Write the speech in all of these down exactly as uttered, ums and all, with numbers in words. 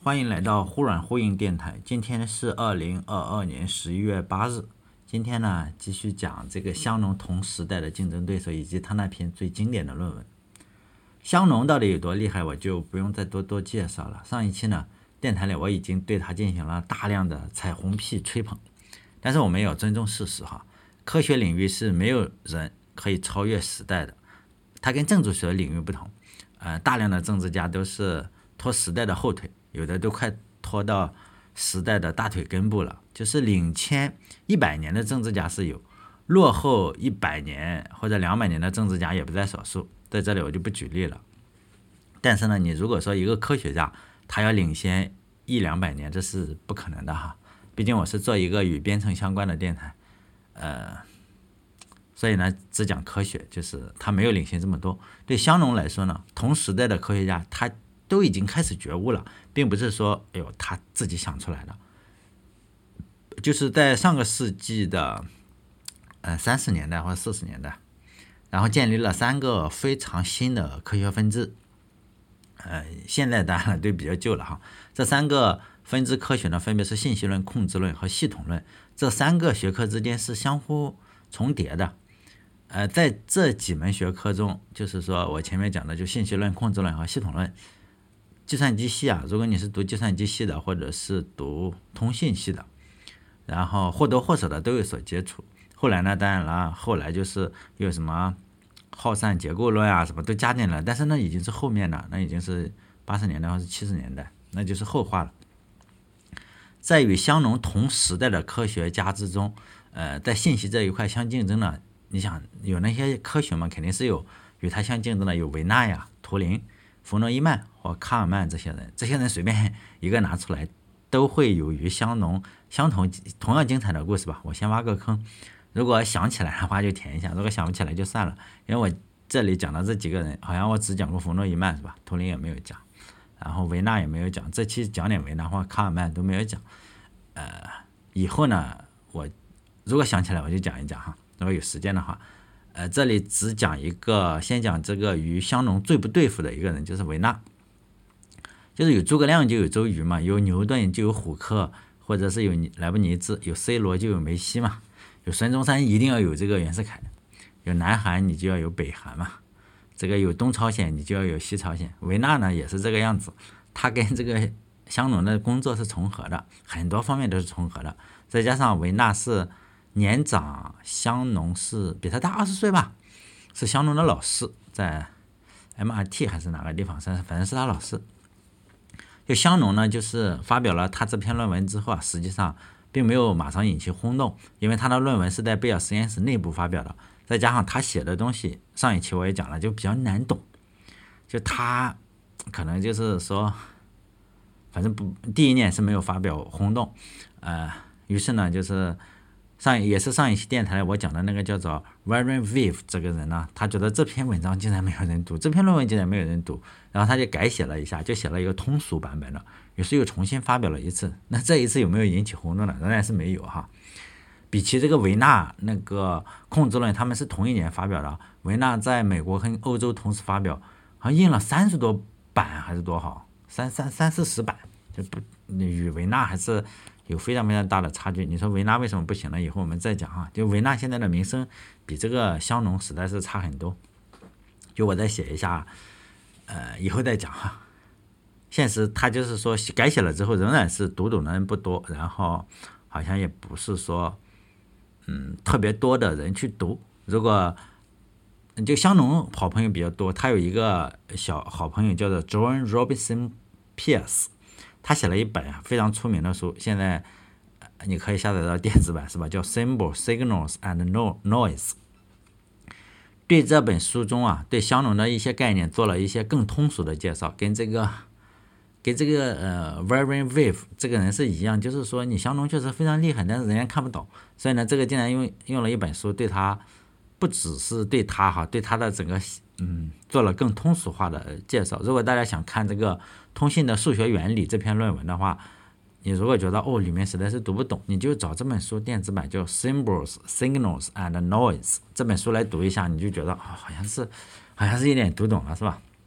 欢迎来到忽软忽硬电台。今天是二零二二年十一月八日。今天呢，继续讲这个香农同时代的竞争对手以及他那篇最经典的论文。香农到底有多厉害，我就不用再多多介绍了。上一期呢，电台里我已经对他进行了大量的彩虹屁吹捧，但是我们也要尊重事实哈。科学领域是没有人可以超越时代的，它跟政治学领域不同。呃，大量的政治家都是拖时代的后腿，有的都快拖到时代的大腿根部了。就是领先一百年的政治家是有，落后一百年或者两百年的政治家也不在少数，在这里我就不举例了。但是呢，你如果说一个科学家他要领先一两百年，这是不可能的哈。毕竟我是做一个与编程相关的电台，呃，所以呢，只讲科学，就是他没有领先这么多。对香农来说呢，同时代的科学家他都已经开始觉悟了，并不是说哎呦他自己想出来的。就是在上个世纪的呃三十年代或者四十年代，然后建立了三个非常新的科学分支。呃，现在当然都比较旧了哈。这三个分支科学呢，分别是信息论、控制论和系统论。这三个学科之间是相互重叠的。呃，在这几门学科中，就是说我前面讲的就信息论、控制论和系统论。计算机系啊，如果你是读计算机系的，或者是读通信系的，然后或多或少的都有所接触。后来呢，当然了，后来就是有什么耗散结构论啊，什么都加进来，但是那已经是后面了，那已经是八十年代或是七十年代，那就是后话了。在与香农同时代的科学家之中，呃，在信息这一块相竞争呢，你想有那些科学嘛，肯定是有与他相竞争的，有维纳呀、图灵、弗诺伊曼或卡尔曼这些人，这些人随便一个拿出来，都会有与香农相同同样精彩的故事吧。我先挖个坑，如果想起来的话就填一下，如果想不起来就算了。因为我这里讲的这几个人，好像我只讲过弗诺伊曼是吧？图灵也没有讲，然后维纳也没有讲，这期讲点维纳或卡尔曼都没有讲。呃，以后呢，我如果想起来我就讲一讲哈，如果有时间的话。呃，这里只讲一个，先讲这个与香农最不对付的一个人，就是维纳。就是有诸葛亮就有周瑜嘛，有牛顿就有虎克，或者是有莱布尼兹，有 C 罗就有梅西嘛，有孙中山一定要有这个袁世凯，有南韩你就要有北韩嘛，这个有东朝鲜你就要有西朝鲜。维纳呢也是这个样子，他跟这个香农的工作是重合的，很多方面都是重合的。再加上维纳是年长香农是比他大二十岁吧，是香农的老师，在 M I T 还是哪个地方，反正是他老师。就香农呢，就是发表了他这篇论文之后啊，实际上并没有马上引起轰动，因为他的论文是在贝尔实验室内部发表的，再加上他写的东西，上一期我也讲了，就比较难懂，就他可能就是说，反正不第一年是没有发表轰动，呃，于是呢，就是上也是上一期电台我讲的那个叫做 Warren Vive 这个人呢，他觉得这篇文章竟然没有人读，这篇论文竟然没有人读，然后他就改写了一下，就写了一个通俗版本的，于是又重新发表了一次。那这一次有没有引起轰动呢？仍然是没有哈。比起这个维纳那个控制论，他们是同一年发表的，维纳在美国和欧洲同时发表，好像印了三十多版还是多少，三三三四十版，就不与维纳还是有非常非常大的差距。你说维纳为什么不行了？以后我们再讲哈。就维纳现在的名声比这个香农实在是差很多。就我再写一下，呃，以后再讲哈。现实他就是说改写了之后，仍然是读懂的人不多，然后好像也不是说，嗯，特别多的人去读。如果就香农好朋友比较多，他有一个小好朋友叫做 John Robinson Pierce。他写了一本非常出名的书，现在你可以下载到电子版是吧？叫 Symbol, Signals and Noise。对这本书中啊，对香农的一些概念做了一些更通俗的介绍，跟这个跟这个呃 Warren Vive 这个人是一样，就是说你香农确实非常厉害，但是人家看不懂，所以呢，这个竟然用用了一本书对他，不只是对他哈，对他的整个嗯做了更通俗化的介绍。如果大家想看这个通信的数学原理这篇论文的话，你如果觉得哦里面实在是读不懂，你就找这本书电子版叫 Symbols, Signals and Noise 这本书来读一下，你就觉得、哦、好像是好像是一点读懂了是吧？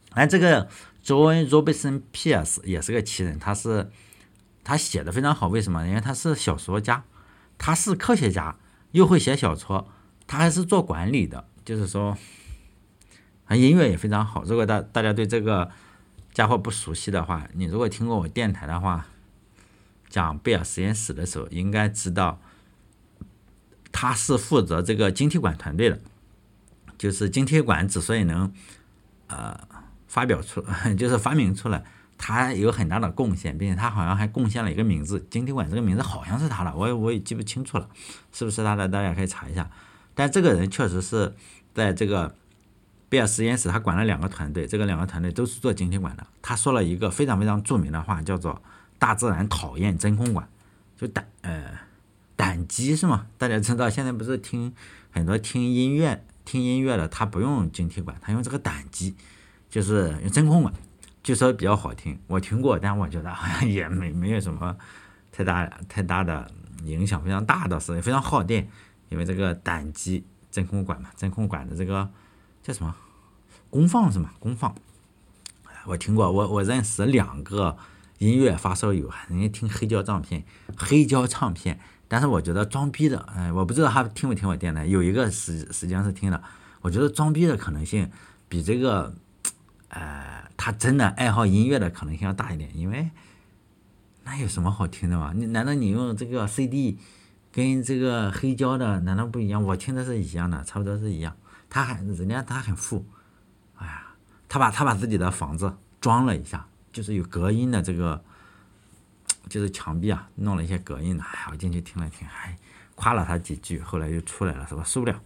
哎，这个 Joan Robinson Pierce 也是个奇人，他是他写的非常好，为什么？因为他是小说家，他是科学家，又会写小说，他还是做管理的，就是说，啊，音乐也非常好。如果大大家对这个家伙不熟悉的话，你如果听过我电台的话，讲贝尔实验室的时候，应该知道他是负责这个晶体管团队的。就是晶体管之所以能呃发表出，就是发明出来，他有很大的贡献，并且他好像还贡献了一个名字，晶体管这个名字好像是他的，我也我也记不清楚了，是不是他的？大家可以查一下。但这个人确实是在这个贝尔实验室，他管了两个团队，这个两个团队都是做晶体管的。他说了一个非常非常著名的话，叫做“大自然讨厌真空管”，就胆呃胆机是吗？大家知道现在不是听很多听音乐。听音乐的他不用晶体管，他用这个胆机，就是用真空管，据说比较好听。我听过，但我觉得好像也没没有什么太大太大的影响，非常大的是非常耗电，因为这个胆机真空管嘛，真空管的这个叫什么功放是吗？功放，我听过，我我认识两个音乐发烧友，人家听黑胶唱片，黑胶唱片。但是我觉得装逼的，哎，我不知道他听不听我电台，有一个实实际上是听的，我觉得装逼的可能性比这个，呃，他真的爱好音乐的可能性要大一点，因为那有什么好听的嘛？你难道你用这个 C D 跟这个黑胶的难道不一样？我听的是一样的，差不多是一样。他还人家他很富，哎呀，他把他把自己的房子装了一下，就是有隔音的这个。就是墙壁啊，弄了一些隔音的，哎，我进去听了听，还夸了他几句，后来就出来了，是吧？受不了。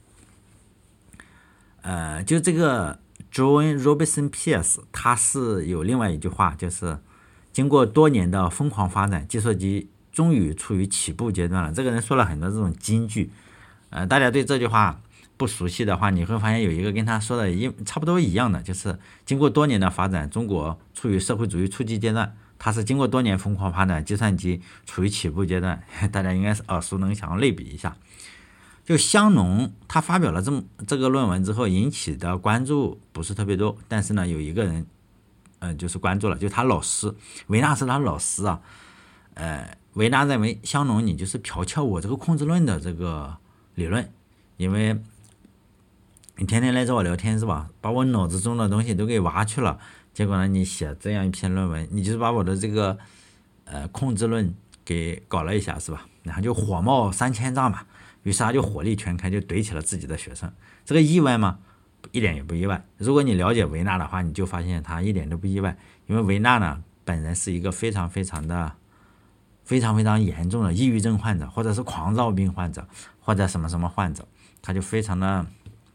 呃，就这个 Joan Robinson Pierce， 他是有另外一句话，就是经过多年的疯狂发展，计算机终于处于起步阶段了。这个人说了很多这种金句，呃，大家对这句话不熟悉的话，你会发现有一个跟他说的一差不多一样的，就是经过多年的发展，中国处于社会主义初级阶段。它是经过多年疯狂发展，计算机处于起步阶段，大家应该是耳熟能详，类比一下。就香农他发表了这么这个论文之后，引起的关注不是特别多，但是呢，有一个人，呃，就是关注了，就他老师维纳是他老师啊，呃，维纳认为香农你就是剽窃我这个控制论的这个理论，因为你天天来找我聊天是吧？把我脑子中的东西都给挖去了。结果呢，你写这样一篇论文，你就是把我的这个呃控制论给搞了一下，是吧？然后就火冒三千丈嘛，于是他就火力全开，就怼起了自己的学生。这个意外吗？一点也不意外。如果你了解维纳的话，你就发现他一点都不意外，因为维纳呢本人是一个非常非常的、非常非常严重的抑郁症患者，或者是狂躁病患者，或者什么什么患者，他就非常的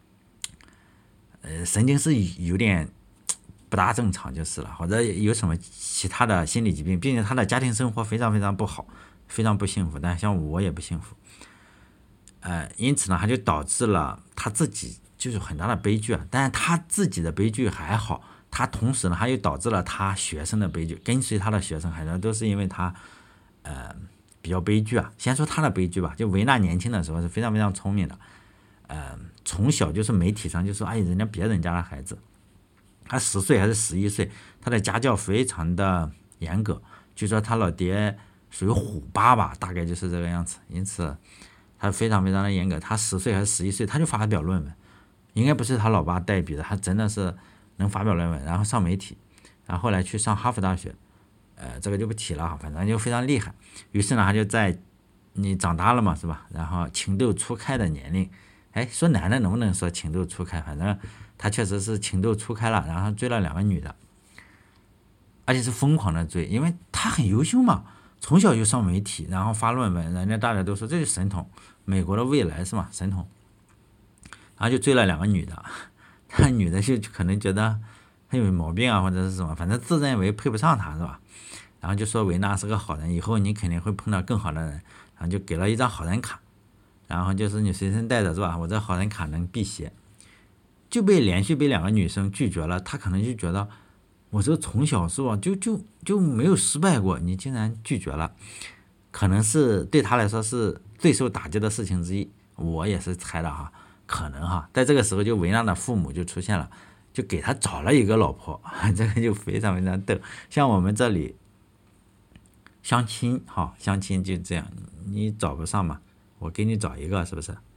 呃神经是有点。不大正常就是了，或者有什么其他的心理疾病，并且他的家庭生活非常非常不好，非常不幸福，但像我也不幸福，呃，因此呢，他就导致了他自己就是很大的悲剧啊。但是他自己的悲剧还好，他同时呢，他又导致了他学生的悲剧，跟随他的学生很多都是因为他，呃，比较悲剧啊。先说他的悲剧吧，就维纳年轻的时候是非常非常聪明的，呃，从小就是媒体上就说，哎，人家别人家的孩子。他十岁还是十一岁，他的家教非常的严格，据说他老爹属于虎爸吧，大概就是这个样子，因此他非常非常的严格。他十岁还是十一岁，他就发表论文，应该不是他老爸代笔的，他真的是能发表论文，然后上媒体，然后后来去上哈佛大学，呃，这个就不提了，反正就非常厉害。于是呢，他就在你长大了嘛，是吧？然后情窦初开的年龄，哎，说男的能不能说情窦初开？反正。他确实是情窦初开了，然后追了两个女的，而且是疯狂的追，因为他很优秀嘛，从小就上媒体，然后发论文，人家大家都说这是神童，美国的未来是吗？神童，然后就追了两个女的，他女的就可能觉得他有毛病啊，或者是什么，反正自认为配不上他是吧？然后就说维纳是个好人，以后你肯定会碰到更好的人，然后就给了一张好人卡，然后就是你随身带着是吧？我这好人卡能辟邪。就被连续被两个女生拒绝了，他可能就觉得我这从小是吧，就就就没有失败过，你竟然拒绝了，可能是对他来说是最受打击的事情之一。我也是猜的哈，可能哈，在这个时候就维纳的父母就出现了， 就给他找了一个老婆，这个就非常非常逗。像我们这里相亲哈，相亲就这样，你找不上嘛，我给你找一个，是不是？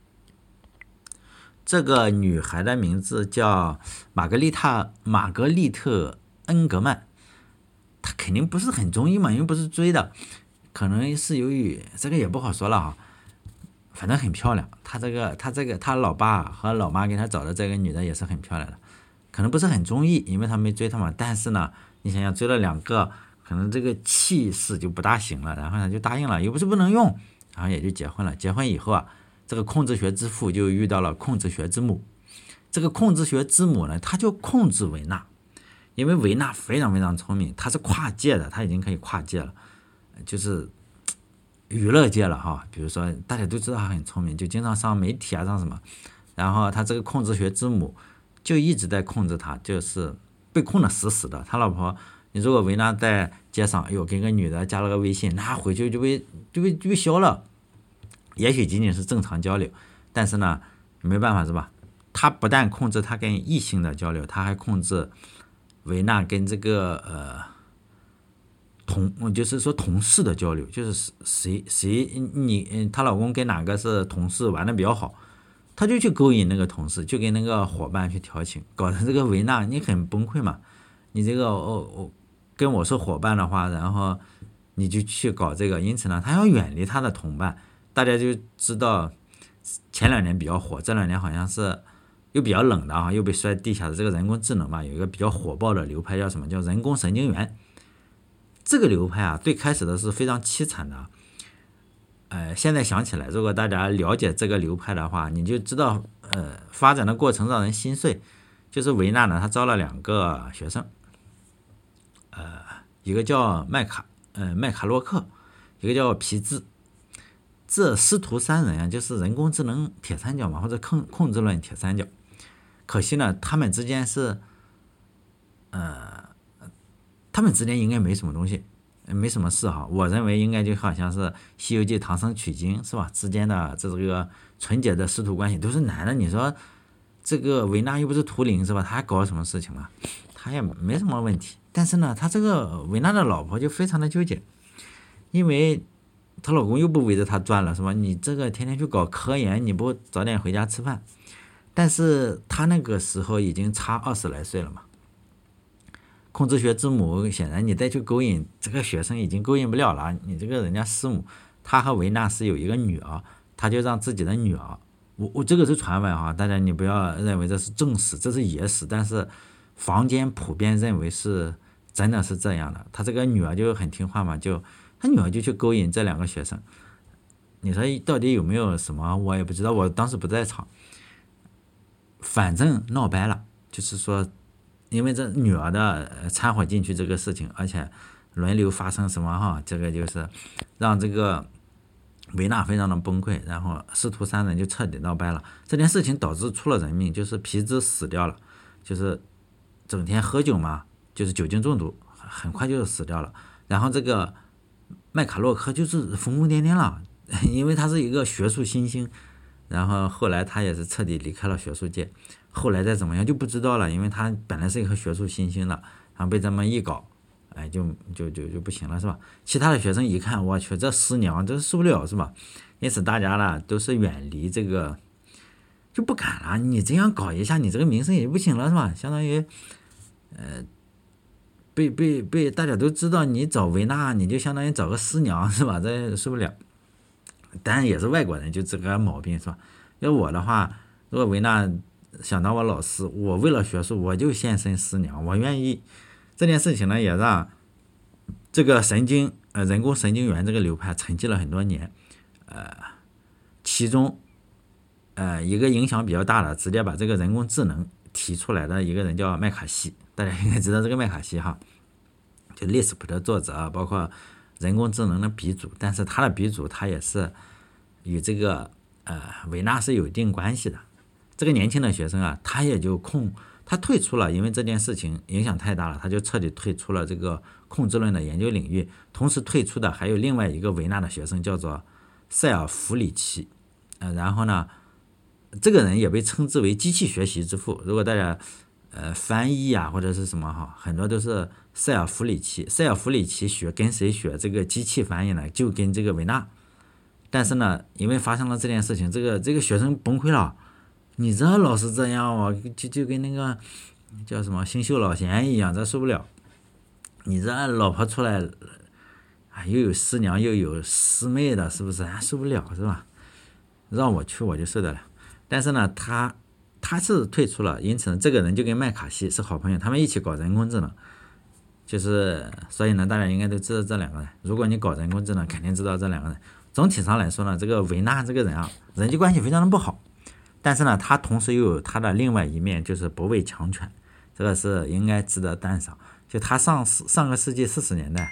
这个女孩的名字叫玛格丽塔玛格丽特恩格曼，她肯定不是很中意嘛，因为不是追的，可能是由于这个也不好说了哈。反正很漂亮，她这个她这个她老爸和老妈给她找的这个女的也是很漂亮的，可能不是很中意，因为她没追她嘛。但是呢，你想想追了两个，可能这个气势就不大行了，然后呢就答应了，又不是不能用，然后也就结婚了。结婚以后啊，这个控制学之父就遇到了控制学之母。这个控制学之母呢，他就控制维纳，因为维纳非常非常聪明，他是跨界的，他已经可以跨界了，就是娱乐界了哈。比如说大家都知道他很聪明，就经常上媒体啊，上什么。然后他这个控制学之母就一直在控制他，就是被控的死死的。他老婆，你如果维纳在街上，哎呦，跟个女的加了个微信，那回去就被就被就被消了。也许仅仅是正常交流，但是呢，没办法是吧？他不但控制他跟异性的交流，他还控制维纳跟这个呃同，就是说同事的交流，就是谁谁你她老公跟哪个是同事玩的比较好，他就去勾引那个同事，就跟那个伙伴去调情，搞得这个维纳你很崩溃嘛。你这个哦哦跟我是伙伴的话，然后你就去搞这个，因此呢，他要远离他的同伴。大家就知道前两年比较火，这两年好像是又比较冷的啊，又被摔地下的这个人工智能嘛，有一个比较火爆的流派叫什么？叫人工神经元。这个流派啊，最开始的是非常凄惨的。呃，现在想起来，如果大家了解这个流派的话，你就知道，呃，发展的过程让人心碎。就是维纳呢，他招了两个学生，呃，一个叫麦卡，呃，麦卡洛克，一个叫皮兹。这师徒三人啊，就是人工智能铁三角嘛，或者控控制论铁三角。可惜呢，他们之间是，呃，他们之间应该没什么东西，没什么事哈。我认为应该就好像是《西游记》唐僧取经是吧？之间的这个纯洁的师徒关系都是男的。你说这个维纳又不是图灵是吧？他还搞什么事情嘛？他也没什么问题。但是呢，他这个维纳的老婆就非常的纠结，因为她老公又不围着她转了是吧？你这个天天去搞科研，你不早点回家吃饭？但是她那个时候已经差二十来岁了嘛。控制学之母显然你再去勾引这个学生已经勾引不了了，你这个人家师母，她和维纳是有一个女儿，她就让自己的女儿，我我这个是传闻哈，大家你不要认为这是正史，这是野史，但是坊间普遍认为是真的是这样的。她这个女儿就很听话嘛，就他女儿就去勾引这两个学生，你说到底有没有什么？我也不知道，我当时不在场。反正闹掰了，就是说，因为这女儿的掺和进去这个事情，而且轮流发生什么哈，这个就是让这个维纳非常的崩溃，然后师徒三人就彻底闹掰了。这件事情导致出了人命，就是皮兹死掉了，就是整天喝酒嘛，就是酒精中毒，很快就死掉了。然后这个麦卡洛克就是疯疯癫癫了，因为他是一个学术新星，然后后来他也是彻底离开了学术界，后来再怎么样就不知道了，因为他本来是一个学术新星的，然后被这么一搞，哎，就就就就不行了是吧？其他的学生一看，我去，这师娘这受不了是吧？因此大家呢都是远离这个，就不敢了。你这样搞一下，你这个名声也不行了是吧？相当于，呃。被被被大家都知道你找维纳，你就相当于找个师娘是吧？这受不了。当然也是外国人就这个毛病是吧？要我的话，如果维纳想当我老师，我为了学术我就献身师娘，我愿意。这件事情呢，也让这个神经呃人工神经元这个流派沉寂了很多年。呃，其中呃一个影响比较大的，直接把这个人工智能提出来的一个人叫麦卡锡。大家应该知道这个麦卡锡哈，就 L I S P 的作者，包括人工智能的鼻祖，但是他的鼻祖他也是与这个呃维纳是有一定关系的。这个年轻的学生啊，他也就控他退出了，因为这件事情影响太大了，他就彻底退出了这个控制论的研究领域。同时退出的还有另外一个维纳的学生，叫做塞尔弗里奇，呃，然后呢，这个人也被称之为机器学习之父。如果大家呃翻译啊或者是什么哈，很多都是塞尔弗里奇，塞尔弗里奇学跟谁学这个机器翻译呢？就跟这个维纳。但是呢，因为发生了这件事情，这个这个学生崩溃了。你这老是这样哦，就就跟那个叫什么新秀老贤一样，这受不了。你这老婆出来，啊，又有师娘又有师妹的，是不是？啊，受不了是吧？让我去我就受得了。但是呢，他他是退出了，因此呢，这个人就跟麦卡锡是好朋友，他们一起搞人工智能。就是所以呢，大家应该都知道这两个人。如果你搞人工智能，肯定知道这两个人。总体上来说呢，这个维纳这个人啊，人际关系非常的不好。但是呢，他同时又有他的另外一面，就是不畏强权，这个是应该值得赞赏。就他上上个世纪四十年代，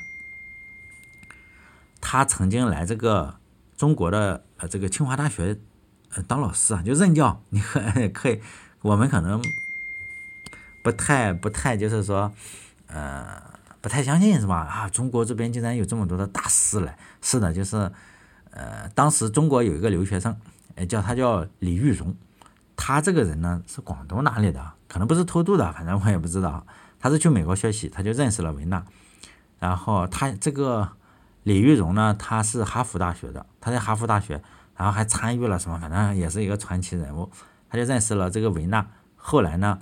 他曾经来这个中国的呃这个清华大学呃当老师啊，就任教。你可可以，我们可能不太不太就是说呃不太相信是吧？啊，中国这边竟然有这么多的大师来。是的，就是呃当时中国有一个留学生，呃叫他叫李玉荣。他这个人呢是广东哪里的，可能不是偷渡的，反正我也不知道。他是去美国学习，他就认识了维纳。然后他这个李玉荣呢，他是哈佛大学的，他在哈佛大学，然后还参与了什么，反正也是一个传奇人物。他就认识了这个维纳。后来呢，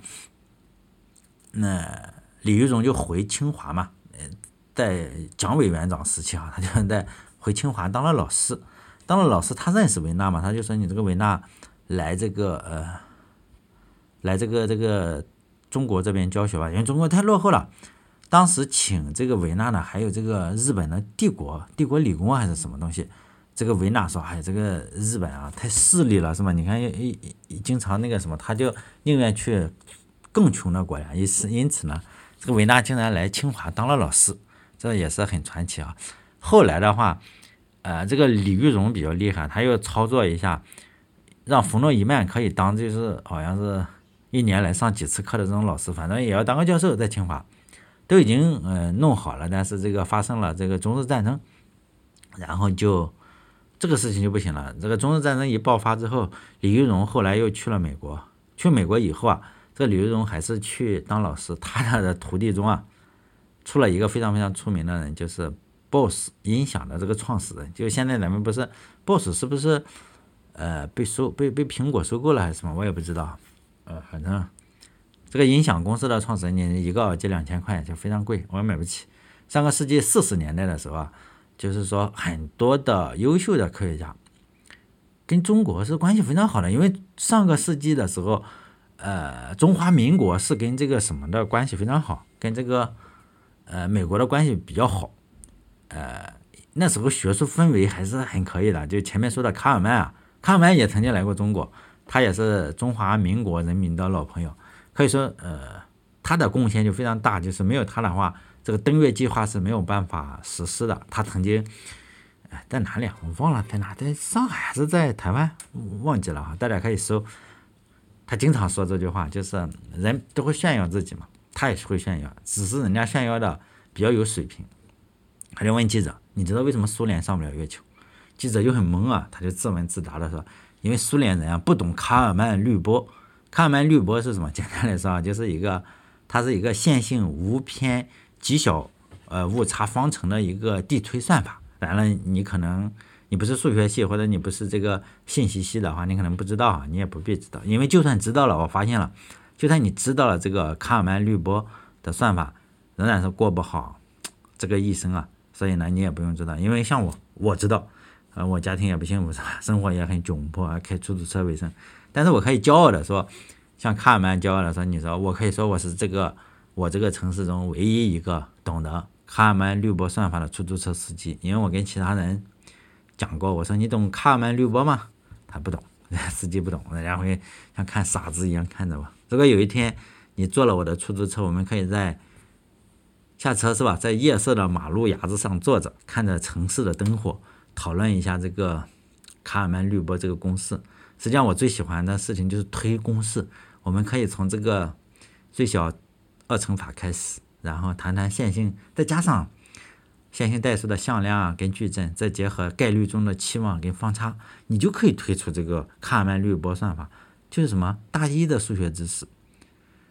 那李玉荣就回清华嘛，在蒋委员长时期啊，他就在回清华当了老师。当了老师，他认识维纳嘛，他就说你这个维纳来这个呃，来这个这个中国这边教学吧，因为中国太落后了。当时请这个维纳呢，还有这个日本的帝国帝国理工还是什么东西。这个维纳说：“哎，这个日本啊，太势利了，是吧？你看，一经常那个什么，他就宁愿去更穷的国家。因此，因此呢，这个维纳竟然来清华当了老师，这也是很传奇啊。后来的话，呃，这个李玉荣比较厉害，他又操作一下。”让冯诺依曼可以当，就是好像是一年来上几次课的这种老师，反正也要当个教授，在清华都已经呃弄好了。但是这个发生了这个中日战争，然后就这个事情就不行了。这个中日战争一爆发之后，李玉荣后来又去了美国。去美国以后啊，这个李玉荣还是去当老师。他的徒弟中啊，出了一个非常非常出名的人，就是 B O S S 音响的这个创始人。就现在咱们不是 B O S S 是不是？呃，被收被被苹果收购了还是什么，我也不知道。呃，反正这个音响公司的创始人，你一个耳机两千块就非常贵，我也买不起。上个世纪四十年代的时候啊，就是说很多的优秀的科学家跟中国是关系非常好的，因为上个世纪的时候，呃，中华民国是跟这个什么的关系非常好，跟这个呃美国的关系比较好。呃，那时候学术氛围还是很可以的，就前面说的卡尔曼啊。卡尔曼也曾经来过中国，他也是中华民国人民的老朋友，可以说，呃，他的贡献就非常大。就是没有他的话，这个登月计划是没有办法实施的。他曾经，呃、在哪里啊？我忘了在哪，在上海还是在台湾，忘记了啊。大家可以搜。他经常说这句话，就是人都会炫耀自己嘛，他也是会炫耀，只是人家炫耀的比较有水平。他就问记者：“你知道为什么苏联上不了月球？”记者就很懵啊，他就自问自答的说：“因为苏联人啊不懂卡尔曼滤波。卡尔曼滤波是什么？简单来说啊，就是一个它是一个线性无偏极小呃误差方程的一个递推算法。当然了，你可能你不是数学系或者你不是这个信息系的话，你可能不知道啊，你也不必知道，因为就算知道了，我发现了，就算你知道了这个卡尔曼滤波的算法，仍然是过不好这个一生啊。所以呢，你也不用知道，因为像我，我知道。”呃，我家庭也不幸福，是吧？生活也很窘迫啊，开出租车为生。但是我可以骄傲的说，像卡尔曼骄傲的说，你说我可以说我是这个我这个城市中唯一一个懂得卡尔曼滤波算法的出租车司机，因为我跟其他人讲过，我说你懂卡尔曼滤波吗？他不懂，司机不懂，人家会像看傻子一样看着我。如果有一天你坐了我的出租车，我们可以在下车是吧，在夜色的马路牙子上坐着，看着城市的灯火。讨论一下这个卡尔曼滤波这个公式。实际上我最喜欢的事情就是推公式，我们可以从这个最小二乘法开始，然后谈谈线性，再加上线性代数的向量啊跟矩阵，再结合概率中的期望跟方差，你就可以推出这个卡尔曼滤波算法。就是什么大一的数学知识，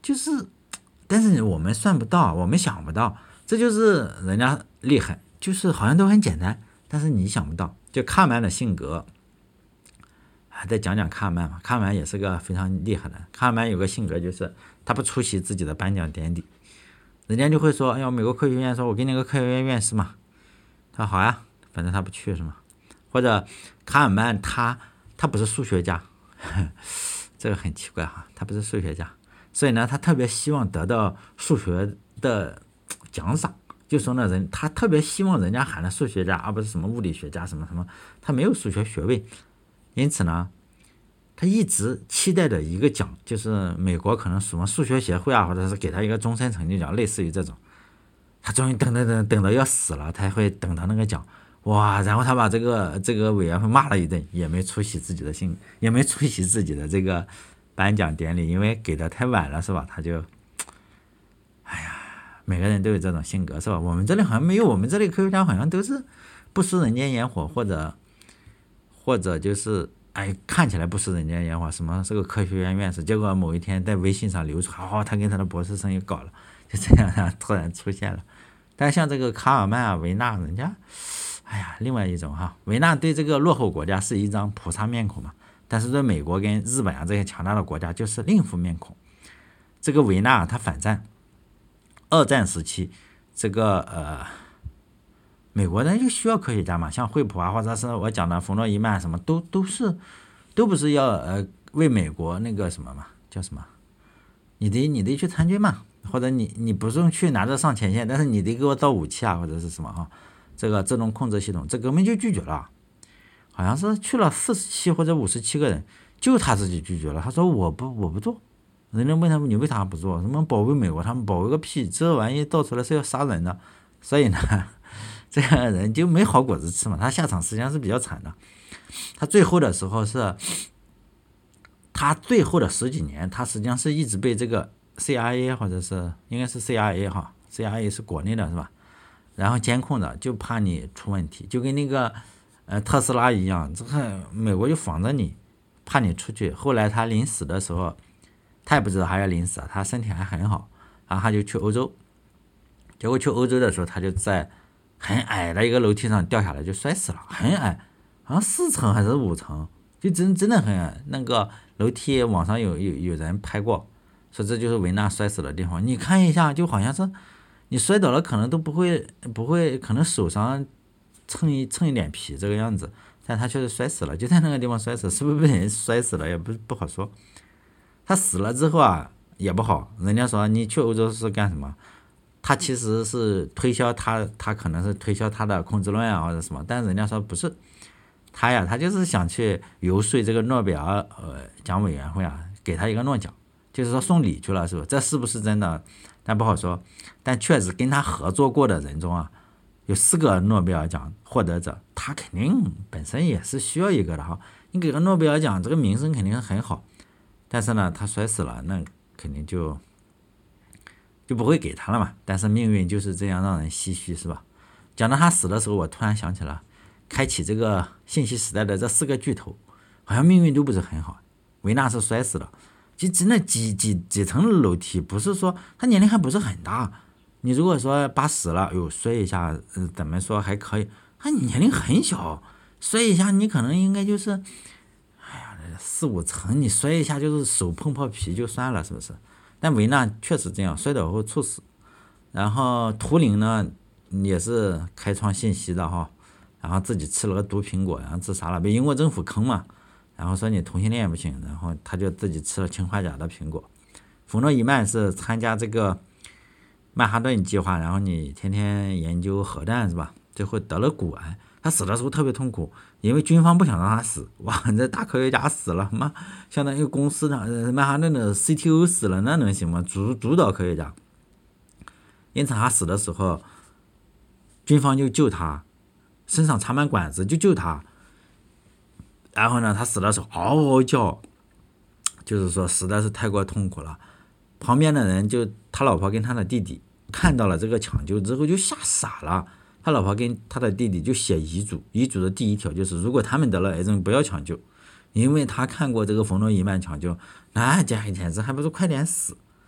就是，但是我们算不到，我们想不到，这就是人家厉害，就是好像都很简单，但是你想不到。就卡尔曼的性格，还再讲讲卡尔曼吧。卡尔曼也是个非常厉害的。卡尔曼有个性格，就是他不出席自己的颁奖典礼，人家就会说：“哎呀，美国科学院说，我给你个科学院院士嘛。”他说：“好呀，反正他不去是吗？”或者卡尔曼他他不是数学家，这个很奇怪哈，他不是数学家，所以呢，他特别希望得到数学的奖赏。就说呢，人他特别希望人家喊他数学家，而不是什么物理学家什么什么，他没有数学学位，因此呢，他一直期待的一个奖，就是美国可能什么数学协会啊，或者是给他一个终身成就奖，类似于这种。他终于等等等等到要死了，他会等到那个奖，哇！然后他把这个这个委员会骂了一顿，也没出席自己的信，也没出席自己的这个颁奖典礼，因为给的太晚了，是吧？他就，哎呀。每个人都有这种性格，是吧？我们这里好像没有，我们这里科学家好像都是不食人间烟火，或者或者就是哎看起来不食人间烟火，什么是个科学院院士，结果某一天在微信上流传，哦，他跟他的博士生也搞了，就这样啊，突然出现了。但像这个卡尔曼啊、维纳，人家，哎呀，另外一种哈，维纳对这个落后国家是一张菩萨面孔嘛，但是对美国跟日本啊这些强大的国家就是另一副面孔。这个维纳他反战。二战时期，这个呃，美国人就需要科学家嘛，像惠普啊，或者是我讲的冯诺依曼，什么都都是，都不是要呃为美国那个什么嘛，叫什么？你得你得去参军嘛，或者你你不用去拿着上前线，但是你得给我造武器啊，或者是什么哈？这个自动控制系统，这根本就拒绝了，好像是去了四十七或者五十七个人，就他自己拒绝了，他说我不我不做。人家问他们你为啥不做？什么保卫美国？他们保卫个屁！这玩意造出来是要杀人的，所以呢，这个人就没好果子吃嘛。他下场实际上是比较惨的。他最后的时候是，他最后的十几年，他实际上是一直被这个 C I A 或者是应该是 C I A 哈 ，C I A 是国内的是吧？然后监控的，就怕你出问题，就跟那个呃特斯拉一样，这个美国就防着你，怕你出去。后来他临死的时候。他也不知道还要临死，他身体还很好，然后他就去欧洲，结果去欧洲的时候，他就在很矮的一个楼梯上掉下来，就摔死了，很矮，好像四层还是五层，就真真的很矮。那个楼梯网上有有有人拍过，说这就是维纳摔死的地方。你看一下，就好像是你摔倒了，可能都不会不会，可能手上蹭一蹭一脸皮这个样子，但他确实摔死了，就在那个地方摔死，是不是被人摔死了也不不好说。他死了之后啊，也不好。人家说你去欧洲是干什么？他其实是推销他，他可能是推销他的控制论啊，或者什么。但是人家说不是，他呀，他就是想去游说这个诺贝尔呃奖委员会啊，给他一个诺奖，就是说送礼去了，是吧？这是不是真的？但不好说。但确实跟他合作过的人中啊，有四个诺贝尔奖获得者，他肯定本身也是需要一个的哈。你给个诺贝尔奖，这个名声肯定是很好。但是呢，他摔死了，那肯定就就不会给他了嘛。但是命运就是这样让人唏嘘，是吧？讲到他死的时候，我突然想起了开启这个信息时代的这四个巨头，好像命运都不是很好。维纳是摔死了，就真的几几几层楼梯，不是说他年龄还不是很大。你如果说八十了，哟摔一下，呃，怎么说还可以？他年龄很小，摔一下你可能应该就是。四五层你摔一下就是手碰破皮就算了，是不是？但维纳确实这样，摔倒后猝死。然后图灵呢也是开创信息的哈，然后自己吃了个毒苹果，然后自杀了，被英国政府坑嘛，然后说你同性恋不行，然后他就自己吃了氰化钾的苹果。冯诺依曼是参加这个曼哈顿计划，然后你天天研究核弹是吧？最后得了骨癌。他死的时候特别痛苦，因为军方不想让他死。哇，这大科学家死了，妈，相当于公司的呃曼哈顿的 C T O 死了，那能行吗？主主导科学家。因此他死的时候，军方就救他，身上插满管子就救他。然后呢，他死的时候嗷嗷叫，就是说实在是太过痛苦了。旁边的人就他老婆跟他的弟弟看到了这个抢救之后就吓傻了。他老婆跟他的弟弟就写遗嘱，遗嘱的第一条就是如果他们得了癌症不要抢救，因为他看过这个冯诺依曼抢救，那简简直还不如快点死。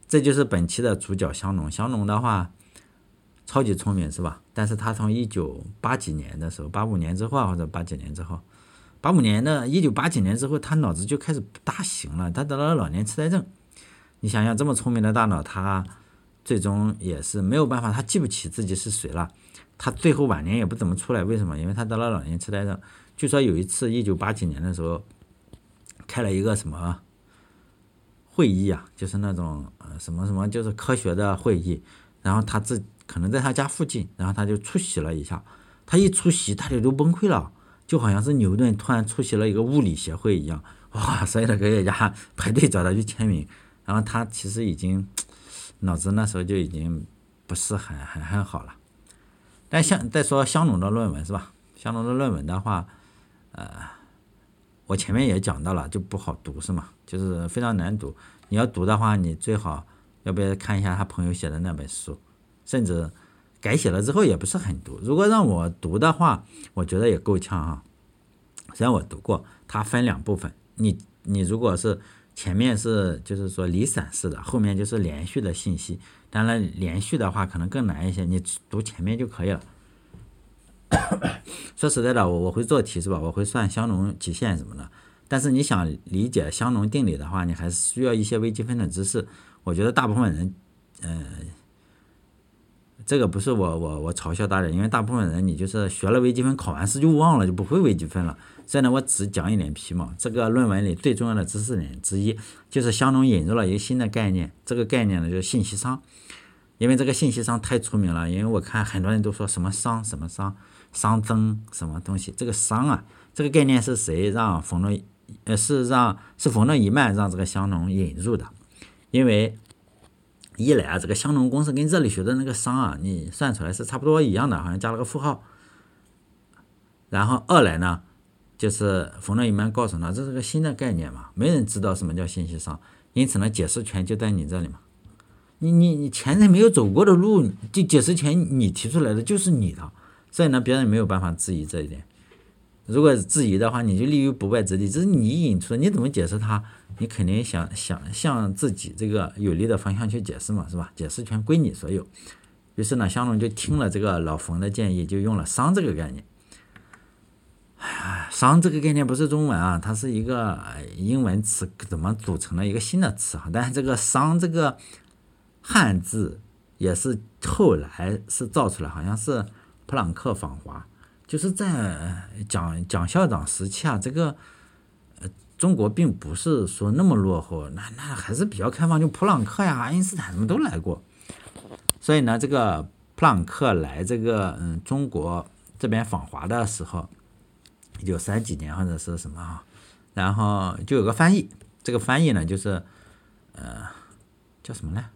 这就是本期的主角香农。香农的话超级聪明是吧？但是他从一九八几年的时候，八五年之后或者八几年之后，八五年的一九八几年之后，他脑子就开始不大行了，他得了老年痴呆症。你想想，这么聪明的大脑，他最终也是没有办法，他记不起自己是谁了。他最后晚年也不怎么出来，为什么？因为他得了老年痴呆症。据说有一次一九八几年的时候，开了一个什么会议啊，就是那种呃什么什么就是科学的会议，然后他自可能在他家附近，然后他就出席了一下，他一出席大家都崩溃了，就好像是牛顿突然出席了一个物理协会一样，哇，所有的科学家排队找他去签名，然后他其实已经脑子那时候就已经不是很很很好了。但像再说香农的论文是吧？香农的论文的话，呃，我前面也讲到了，就不好读是吗？就是非常难读。你要读的话，你最好要不要看一下他朋友写的那本书，甚至改写了之后也不是很读。如果让我读的话，我觉得也够呛哈。虽然我读过，它分两部分，你你如果是前面是就是说离散式的，后面就是连续的信息。当然连续的话可能更难一些，你读前面就可以了。说实在的，我我会做题是吧？我会算香农极限什么的。但是你想理解香农定理的话，你还是需要一些微积分的知识。我觉得大部分人，呃，这个不是我我我嘲笑大家，因为大部分人你就是学了微积分，考完试就忘了，就不会微积分了。所以呢，我只讲一点皮毛。这个论文里最重要的知识点之一，就是香农引入了一个新的概念，这个概念呢就是信息熵。因为这个信息熵太出名了，因为我看很多人都说什么熵什么熵，熵增什么东西。这个熵啊，这个概念是谁让冯诺呃是让是冯诺依曼让这个香农引入的？因为一来啊，这个香农公式跟热力学的那个熵啊，你算出来是差不多一样的，好像加了个负号。然后二来呢，就是冯诺依曼告诉他这是个新的概念嘛，没人知道什么叫信息熵，因此呢，解释权就在你这里嘛。你你你前人没有走过的路，就解释权你提出来的就是你的，所以呢，别人没有办法质疑这一点。如果质疑的话，你就立于不败之地，这是你引出的，你怎么解释它？你肯定想想向自己这个有利的方向去解释嘛，是吧？解释权归你所有。于是呢，香农就听了这个老冯的建议，就用了熵这个概念。哎呀，熵这个概念不是中文啊，它是一个英文词，怎么组成了一个新的词啊？但是这个熵这个汉字也是后来是造出来，好像是普朗克访华，就是在蒋蒋校长时期啊，这个呃中国并不是说那么落后，那那还是比较开放，就普朗克呀、爱因斯坦什么都来过，所以呢，这个普朗克来这个嗯中国这边访华的时候，一九三几年或者是什么啊，然后就有个翻译，这个翻译呢就是呃叫什么呢？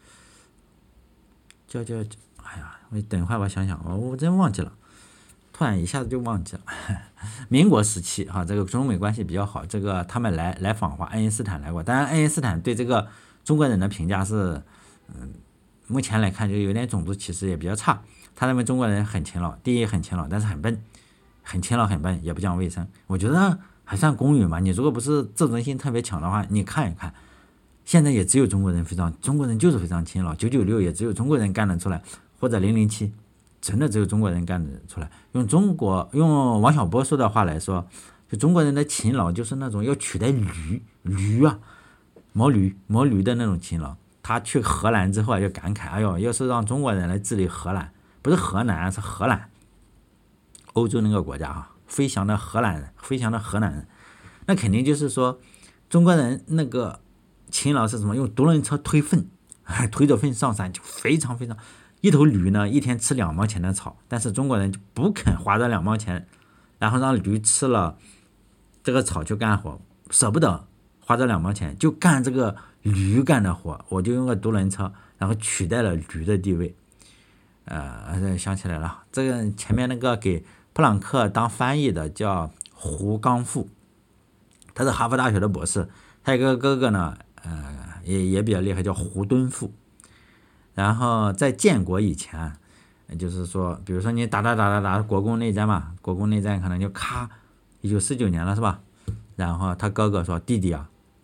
叫叫，哎呀，我等一会儿我想想，我我真忘记了，突然一下子就忘记了。民国时期哈、啊，这个中美关系比较好，这个他们来来访华，爱因斯坦来过，当然爱因斯坦对这个中国人的评价是，嗯，目前来看就有点种族歧视，也比较差。他认为中国人很勤劳，第一很勤劳，但是很笨，很勤劳很笨，也不讲卫生。我觉得还算公允吧。你如果不是自尊心特别强的话，你看一看。现在也只有中国人非常，中国人就是非常勤劳，九九六也只有中国人干得出来，或者零零七，真的只有中国人干得出来。用中国用王小波说的话来说，就中国人的勤劳就是那种要取代驴驴啊，毛驴毛驴的那种勤劳。他去荷兰之后啊，就感慨，哎呦，要是让中国人来治理荷兰，不是河南，是荷兰，欧洲那个国家哈、啊，飞翔的荷兰人，飞翔的荷兰人，那肯定就是说中国人那个。勤劳是什么？用独轮车推粪，推着粪上山，就非常非常。一头驴呢，一天吃两毛钱的草，但是中国人就不肯花这两毛钱，然后让驴吃了这个草去干活，舍不得花这两毛钱，就干这个驴干的活。我就用个独轮车，然后取代了驴的地位。呃，想起来了，这个前面那个给普朗克当翻译的叫胡刚富，他是哈佛大学的博士，他有个哥哥呢。呃，也也比较厉害，叫胡敦富。然后在建国以前，就是说，比如说你打打打打打国共内战嘛，国共内战可能就咔，一九四九年了是吧？然后他哥哥说：“弟弟啊，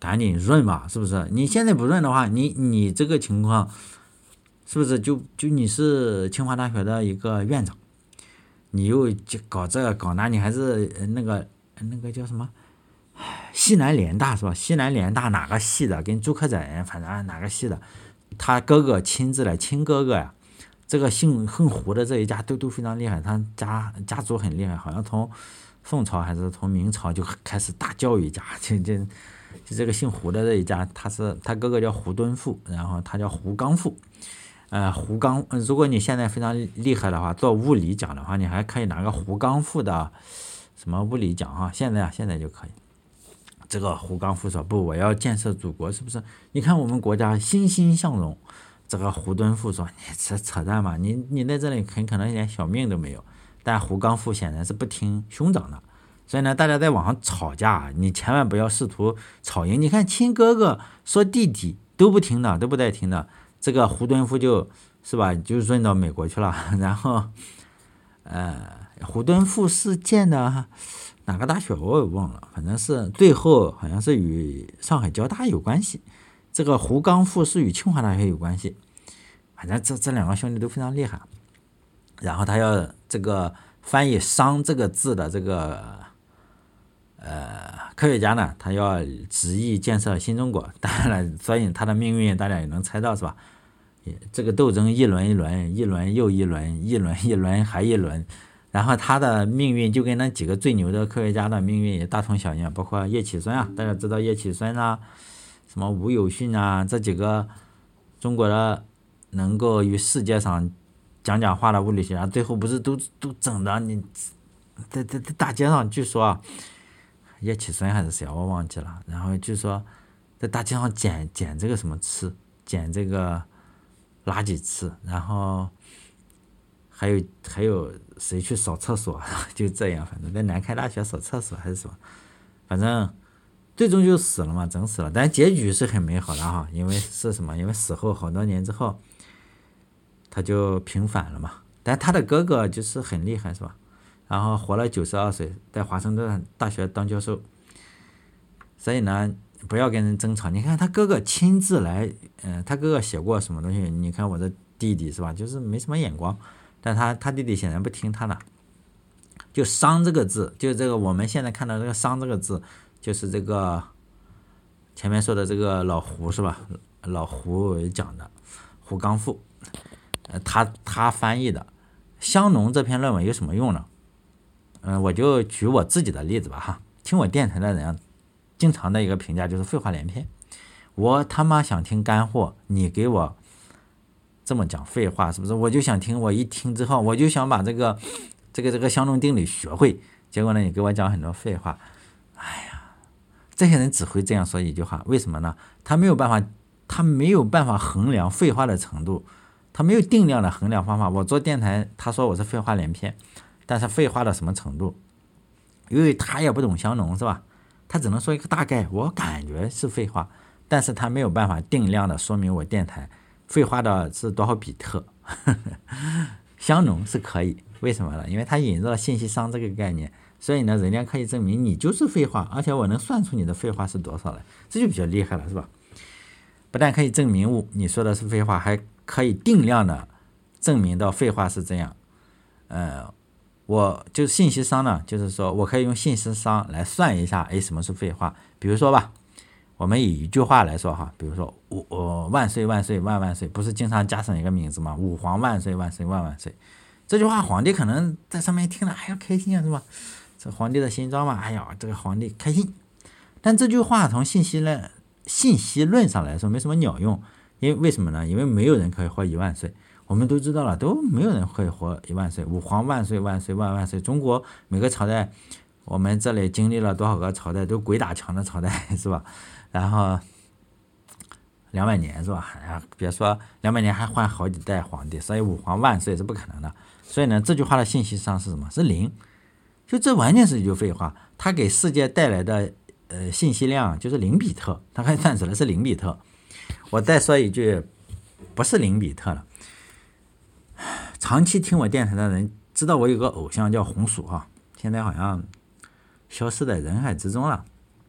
赶紧润吧，是不是？你现在不润的话，你你这个情况是不是就就你是清华大学的一个院长，你又搞这个搞那，你还是那个那个叫什么西南联大是吧？西南联大哪个系的，跟朱克载反正哪个系的，他哥哥亲自来亲哥哥呀。这个姓姓胡的这一家都都非常厉害，他家家族很厉害，好像从宋朝还是从明朝就开始大教育家，就就就这个姓胡的这一家，他是他哥哥叫胡敦富，然后他叫胡刚富，呃，胡刚，如果你现在非常厉害的话，做物理奖的话，你还可以拿个胡刚富的什么物理奖哈，现在啊现在就可以。这个胡刚富说不，我要建设祖国，是不是？你看我们国家欣欣向荣。这个胡敦富说：“你这扯淡嘛，你你在这里很可能连小命都没有。”但胡刚富显然是不听兄长的，所以呢，大家在网上吵架，你千万不要试图吵赢。你看亲哥哥说弟弟都不听的，都不带听的，这个胡敦富就是吧，就润到美国去了。然后，呃，胡敦富是建的哪个大学我也忘了，反正是最后好像是与上海交大有关系。这个胡刚富是与清华大学有关系，反正这这两个兄弟都非常厉害。然后他要这个翻译商这个字的这个呃科学家呢，他要执意建设新中国。当然了，所以他的命运大家也能猜到是吧？这个斗争一轮一轮，一轮又一轮，一轮一轮还一轮。然后他的命运就跟那几个最牛的科学家的命运也大同小异，包括叶企孙啊，大家知道叶企孙啊。什么吴有训啊，这几个中国的能够与世界上讲讲话的物理学家，最后不是都都整的你在在在大街上，据说啊，叶企孙还是谁我忘记了，然后据说在大街上捡捡这个什么吃，捡这个垃圾吃，然后还有还有谁去扫厕所，就这样，反正在南开大学扫厕所还是什么，反正。最终就死了嘛，整死了，但结局是很美好的哈，因为是什么？因为死后好多年之后，他就平反了嘛。但他的哥哥就是很厉害，是吧？然后活了九十二岁，在华盛顿大学当教授。所以呢，不要跟人争吵。你看他哥哥亲自来，嗯、呃，他哥哥写过什么东西？你看我的弟弟是吧？就是没什么眼光，但他他弟弟显然不听他的。就商这个字，就这个我们现在看到这个商这个字。就是这个前面说的这个老胡是吧？老胡讲的胡刚富，呃，他他翻译的香农这篇论文有什么用呢？嗯、呃，我就举我自己的例子吧哈。听我电台的人经常的一个评价就是废话连篇，我他妈想听干货，你给我这么讲废话是不是？我就想听，我一听之后我就想把这个这个这个香农定理学会，结果呢你给我讲很多废话，哎呀。这些人只会这样说一句话，为什么呢？他没有办法，他没有办法衡量废话的程度，他没有定量的衡量方法。我做电台，他说我是废话连篇，但是废话到什么程度？因为他也不懂香农是吧？他只能说一个大概，我感觉是废话，但是他没有办法定量的说明我电台废话的是多少比特。香农是可以，为什么呢？因为他引入了信息商这个概念。所以呢，人家可以证明你就是废话，而且我能算出你的废话是多少来，这就比较厉害了，是吧？不但可以证明你说的是废话，还可以定量的证明到废话是这样。呃，我就信息商呢，就是说我可以用信息商来算一下，哎，什么是废话？比如说吧，我们以一句话来说哈，比如说我我万岁万岁万万岁，不是经常加上一个名字吗？吾皇万岁万岁万万岁。这句话皇帝可能在上面听了，哎呀开心啊，是吧？这皇帝的新装嘛，哎呀，这个皇帝开心。但这句话从信息论信息论上来说没什么鸟用，因为为什么呢？因为没有人可以活一万岁，我们都知道了，都没有人可以活一万岁。吾皇万岁万岁万万岁！中国每个朝代，我们这里经历了多少个朝代，都鬼打墙的朝代是吧？然后两百年是吧？哎呀，别说两百年还换好几代皇帝，所以吾皇万岁是不可能的。所以呢，这句话的信息上是什么？是零。就这完全是一句废话，它给世界带来的呃信息量就是零比特，它可以算出来是零比特。我再说一句，不是零比特了。长期听我电台的人知道我有个偶像叫红薯哈，现在好像消失在人海之中了。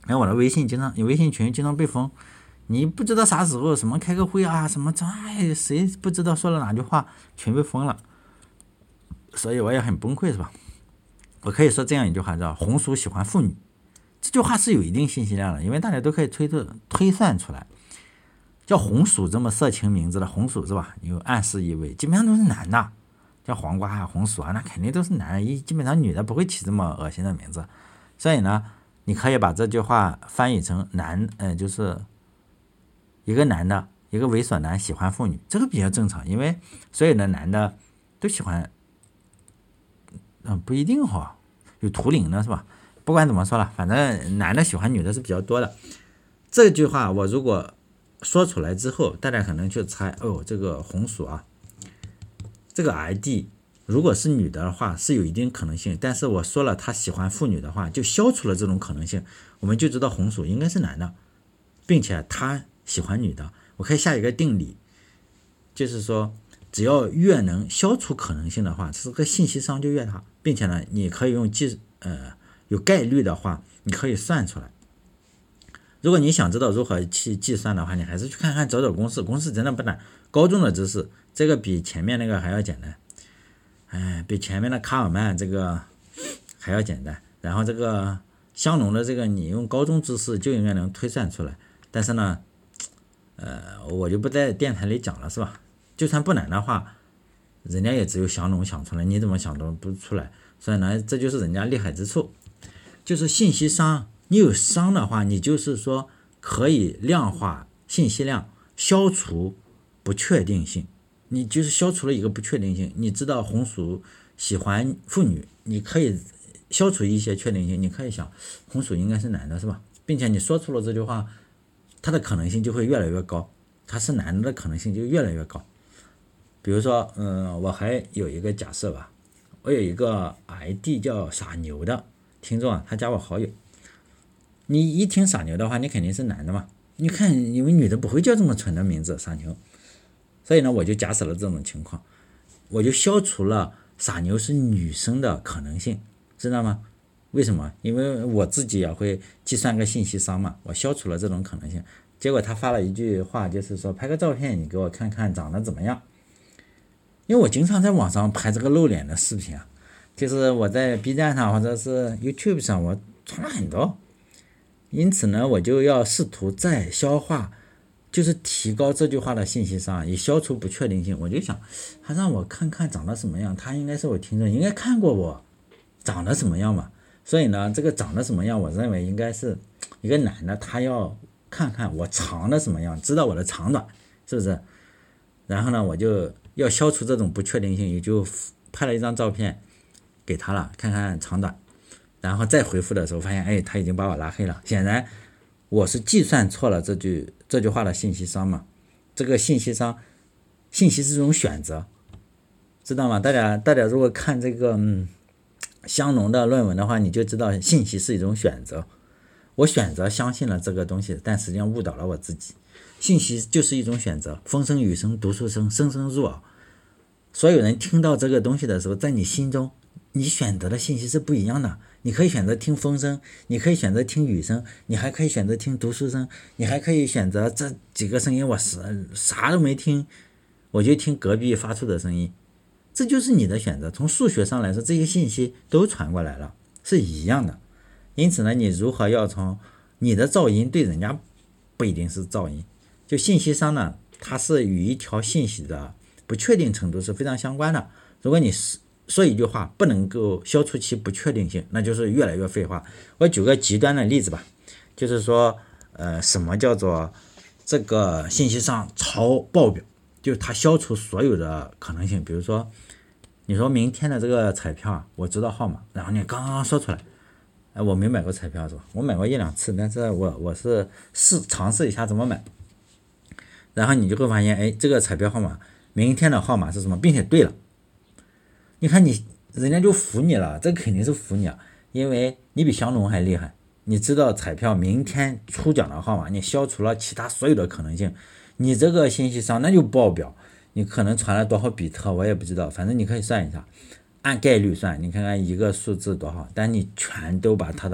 然后我的微信经常，微信群经常被封，你不知道啥时候什么开个会啊，什么这哎谁不知道说了哪句话，全被封了，所以我也很崩溃，是吧？我可以说这样一句话叫红薯喜欢妇女，这句话是有一定信息量的，因为大家都可以推测推算出来，叫红薯这么色情名字的红薯是吧？有暗示意味，基本上都是男的，叫黄瓜啊、红薯啊，那肯定都是男的，基本上女的不会起这么恶心的名字，所以呢，你可以把这句话翻译成男，呃，就是一个男的，一个猥琐男喜欢妇女，这个比较正常，因为所有的男的都喜欢，嗯、呃，不一定哈，有图灵的是吧？不管怎么说了，反正男的喜欢女的是比较多的。这句话我如果说出来之后，大家可能就猜，哦，这个红薯啊，这个 I D 如果是女的的话是有一定可能性，但是我说了他喜欢妇女的话，就消除了这种可能性，我们就知道红薯应该是男的，并且他喜欢女的。我可以下一个定理，就是说只要越能消除可能性的话，这个信息商就越大，并且呢，你可以用计呃有概率的话，你可以算出来。如果你想知道如何去计算的话，你还是去看看找找公式，公式真的不难，高中的知识，这个比前面那个还要简单，哎，比前面的卡尔曼这个还要简单。然后这个香农的这个你用高中知识就应该能推算出来，但是呢，呃，我就不在电台里讲了，是吧？就算不难的话，人家也只有香农想出来，你怎么想都不出来。所以呢，这就是人家厉害之处，就是信息商。你有商的话，你就是说可以量化信息量，消除不确定性。你就是消除了一个不确定性。你知道红薯喜欢妇女，你可以消除一些确定性。你可以想，红薯应该是男的，是吧？并且你说出了这句话，它的可能性就会越来越高，它是男的的可能性就越来越高。比如说，嗯，我还有一个假设吧，我有一个 I D 叫傻牛的听众啊，他加我好友。你一听傻牛的话，你肯定是男的嘛？你看，因为女的不会叫这么蠢的名字傻牛，所以呢，我就假设了这种情况，我就消除了傻牛是女生的可能性，知道吗？为什么？因为我自己也会计算个信息商嘛，我消除了这种可能性。结果他发了一句话，就是说拍个照片，你给我看看长得怎么样？因为我经常在网上拍这个露脸的视频啊，就是我在 B 站上或者是 YouTube 上我传了很多。因此呢，我就要试图再消化，就是提高这句话的信息上，以消除不确定性。我就想，他让我看看长得什么样，他应该是我听众，应该看过我长得什么样嘛。所以呢，这个长得什么样，我认为应该是一个男的，他要看看我长的什么样，知道我的长短，是不是？然后呢，我就要消除这种不确定性，也就拍了一张照片给他了，看看长短。然后再回复的时候发现，哎，他已经把我拉黑了。显然我是计算错了这句这句话的信息商嘛。这个信息商，信息是一种选择，知道吗？大家大家如果看这个嗯香农的论文的话，你就知道信息是一种选择。我选择相信了这个东西，但实际上误导了我自己。信息就是一种选择，风声雨声读书声，声声入耳。所有人听到这个东西的时候，在你心中你选择的信息是不一样的。你可以选择听风声，你可以选择听雨声，你还可以选择听读书声，你还可以选择这几个声音我啥都没听，我就听隔壁发出的声音，这就是你的选择。从数学上来说，这些信息都传过来了，是一样的。因此呢，你如何要从你的噪音对人家不一定是噪音，就信息商呢，它是与一条信息的不确定程度是非常相关的。如果你是说一句话不能够消除其不确定性，那就是越来越废话。我举个极端的例子吧，就是说，呃，什么叫做这个信息上超爆表？就是它消除所有的可能性。比如说，你说明天的这个彩票，我知道号码，然后你刚刚说出来，哎，我没买过彩票是吧？我买过一两次，但是我我是试尝试一下怎么买，然后你就会发现，哎，这个彩票号码，明天的号码是什么，并且对了。你看你人家就服你了，这肯定是服你啊，因为你比香农还厉害，你知道彩票明天出奖的号码，你消除了其他所有的可能性，你这个信息商那就爆表，你可能传了多少比特我也不知道，反正你可以算一下，按概率算，你看看一个数字多少，但你全都把它的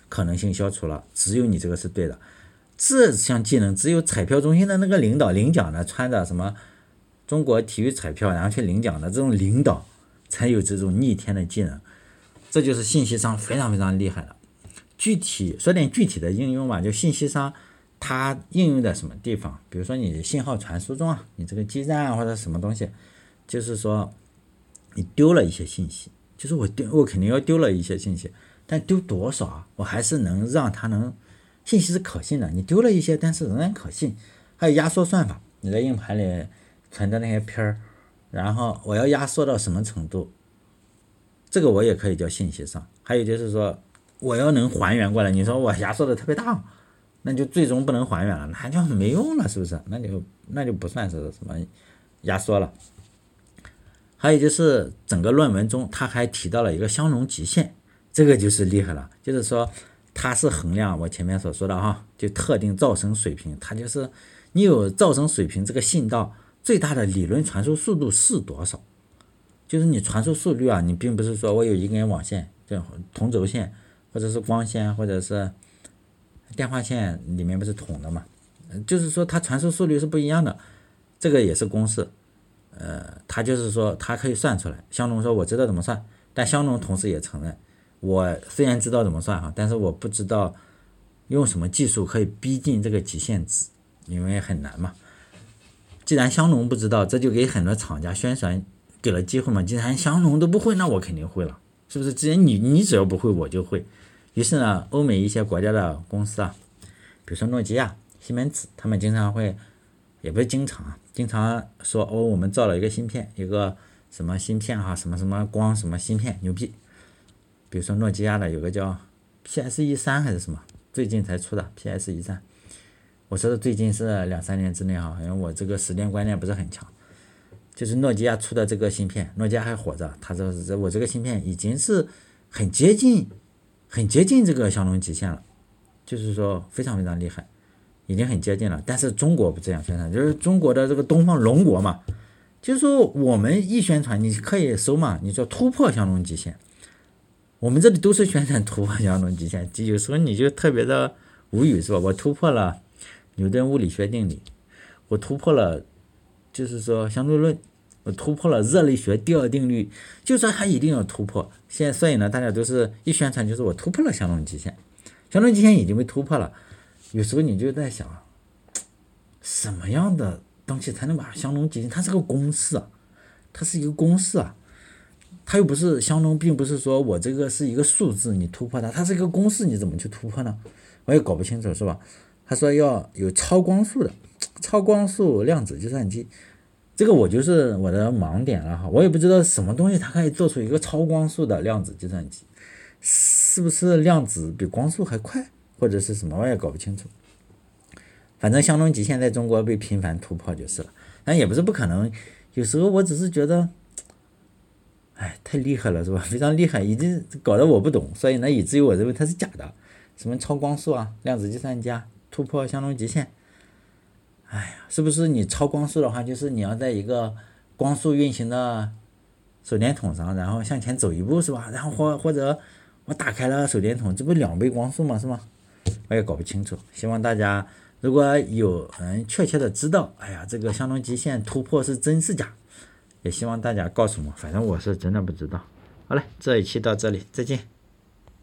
可能性消除了，只有你这个是对的。这项技能只有彩票中心的那个领导领奖的，穿着什么中国体育彩票然后去领奖的这种领导才有这种逆天的技能，这就是信息商非常非常厉害的。具体说点具体的应用吧，就信息商它应用在什么地方？比如说你信号传输中啊，你这个基站啊或者什么东西，就是说你丢了一些信息，就是我丢我肯定要丢了一些信息，但丢多少啊？我还是能让它能信息是可信的，你丢了一些，但是仍然可信。还有压缩算法，你在硬盘里存的那些片儿，然后我要压缩到什么程度，这个我也可以叫信息上。还有就是说我要能还原过来，你说我压缩的特别大，那就最终不能还原了，那就没用了，是不是？那就那就不算是什么压缩了。还有就是整个论文中他还提到了一个香农极限，这个就是厉害了，就是说它是衡量我前面所说的哈，就特定噪声水平，它就是你有噪声水平这个信道最大的理论传输速度是多少，就是你传输速率啊，你并不是说我有一根网线，就同轴线或者是光纤或者是电话线里面不是统的嘛，就是说它传输速率是不一样的，这个也是公式。呃，它就是说它可以算出来。香农说我知道怎么算，但香农同时也承认，我虽然知道怎么算哈，但是我不知道用什么技术可以逼近这个极限值，因为很难嘛。既然香农不知道，这就给很多厂家宣传给了机会嘛。既然香农都不会，那我肯定会了，是不是？既然你你只要不会，我就会。于是呢，欧美一些国家的公司啊，比如说诺基亚、西门子，他们经常会，也不是经常啊，经常说哦，我们造了一个芯片，一个什么芯片哈，什么什么光什么芯片，牛逼。比如说诺基亚的有个叫 P S E 三还是什么，最近才出的 P S E 三。我说的最近是两三年之内哈，因为我这个时间观念不是很强。就是诺基亚出的这个芯片，诺基亚还活着，他说是我这个芯片已经是很接近，很接近这个香农极限了，就是说非常非常厉害，已经很接近了。但是中国不这样宣传，就是中国的这个东方龙国嘛，就是说我们一宣传，你可以搜嘛，你说突破香农极限，我们这里都是宣传突破香农极限，有时候你就特别的无语是吧？我突破了牛顿物理学定理，我突破了就是说相对论，我突破了热力学第二定律，就说它一定要突破。现在所以呢，大家都是一宣传就是我突破了香农极限，香农极限已经被突破了。有时候你就在想，什么样的东西才能把香农极限？它是个公式啊，它是一个公式啊，它又不是香农，并不是说我这个是一个数字，你突破它，它是一个公式，你怎么去突破呢？我也搞不清楚，是吧？他说要有超光速的超光速量子计算机，这个我就是我的盲点了哈，我也不知道什么东西它可以做出一个超光速的量子计算机，是不是量子比光速还快，或者是什么，我也搞不清楚。反正香农极限在中国被频繁突破就是了，但也不是不可能。有时候我只是觉得，哎，太厉害了是吧？非常厉害，已经搞得我不懂，所以呢，以至于我认为它是假的。什么超光速啊，量子计算机啊，突破香农极限。哎呀，是不是你超光速的话，就是你要在一个光速运行的手电筒上，然后向前走一步是吧？然后或或者我打开了手电筒，这不两倍光速吗？是吗？我也搞不清楚。希望大家如果有人确切的知道，哎呀，这个香农极限突破是真是假，也希望大家告诉我，反正我是真的不知道。好嘞，这一期到这里，再见。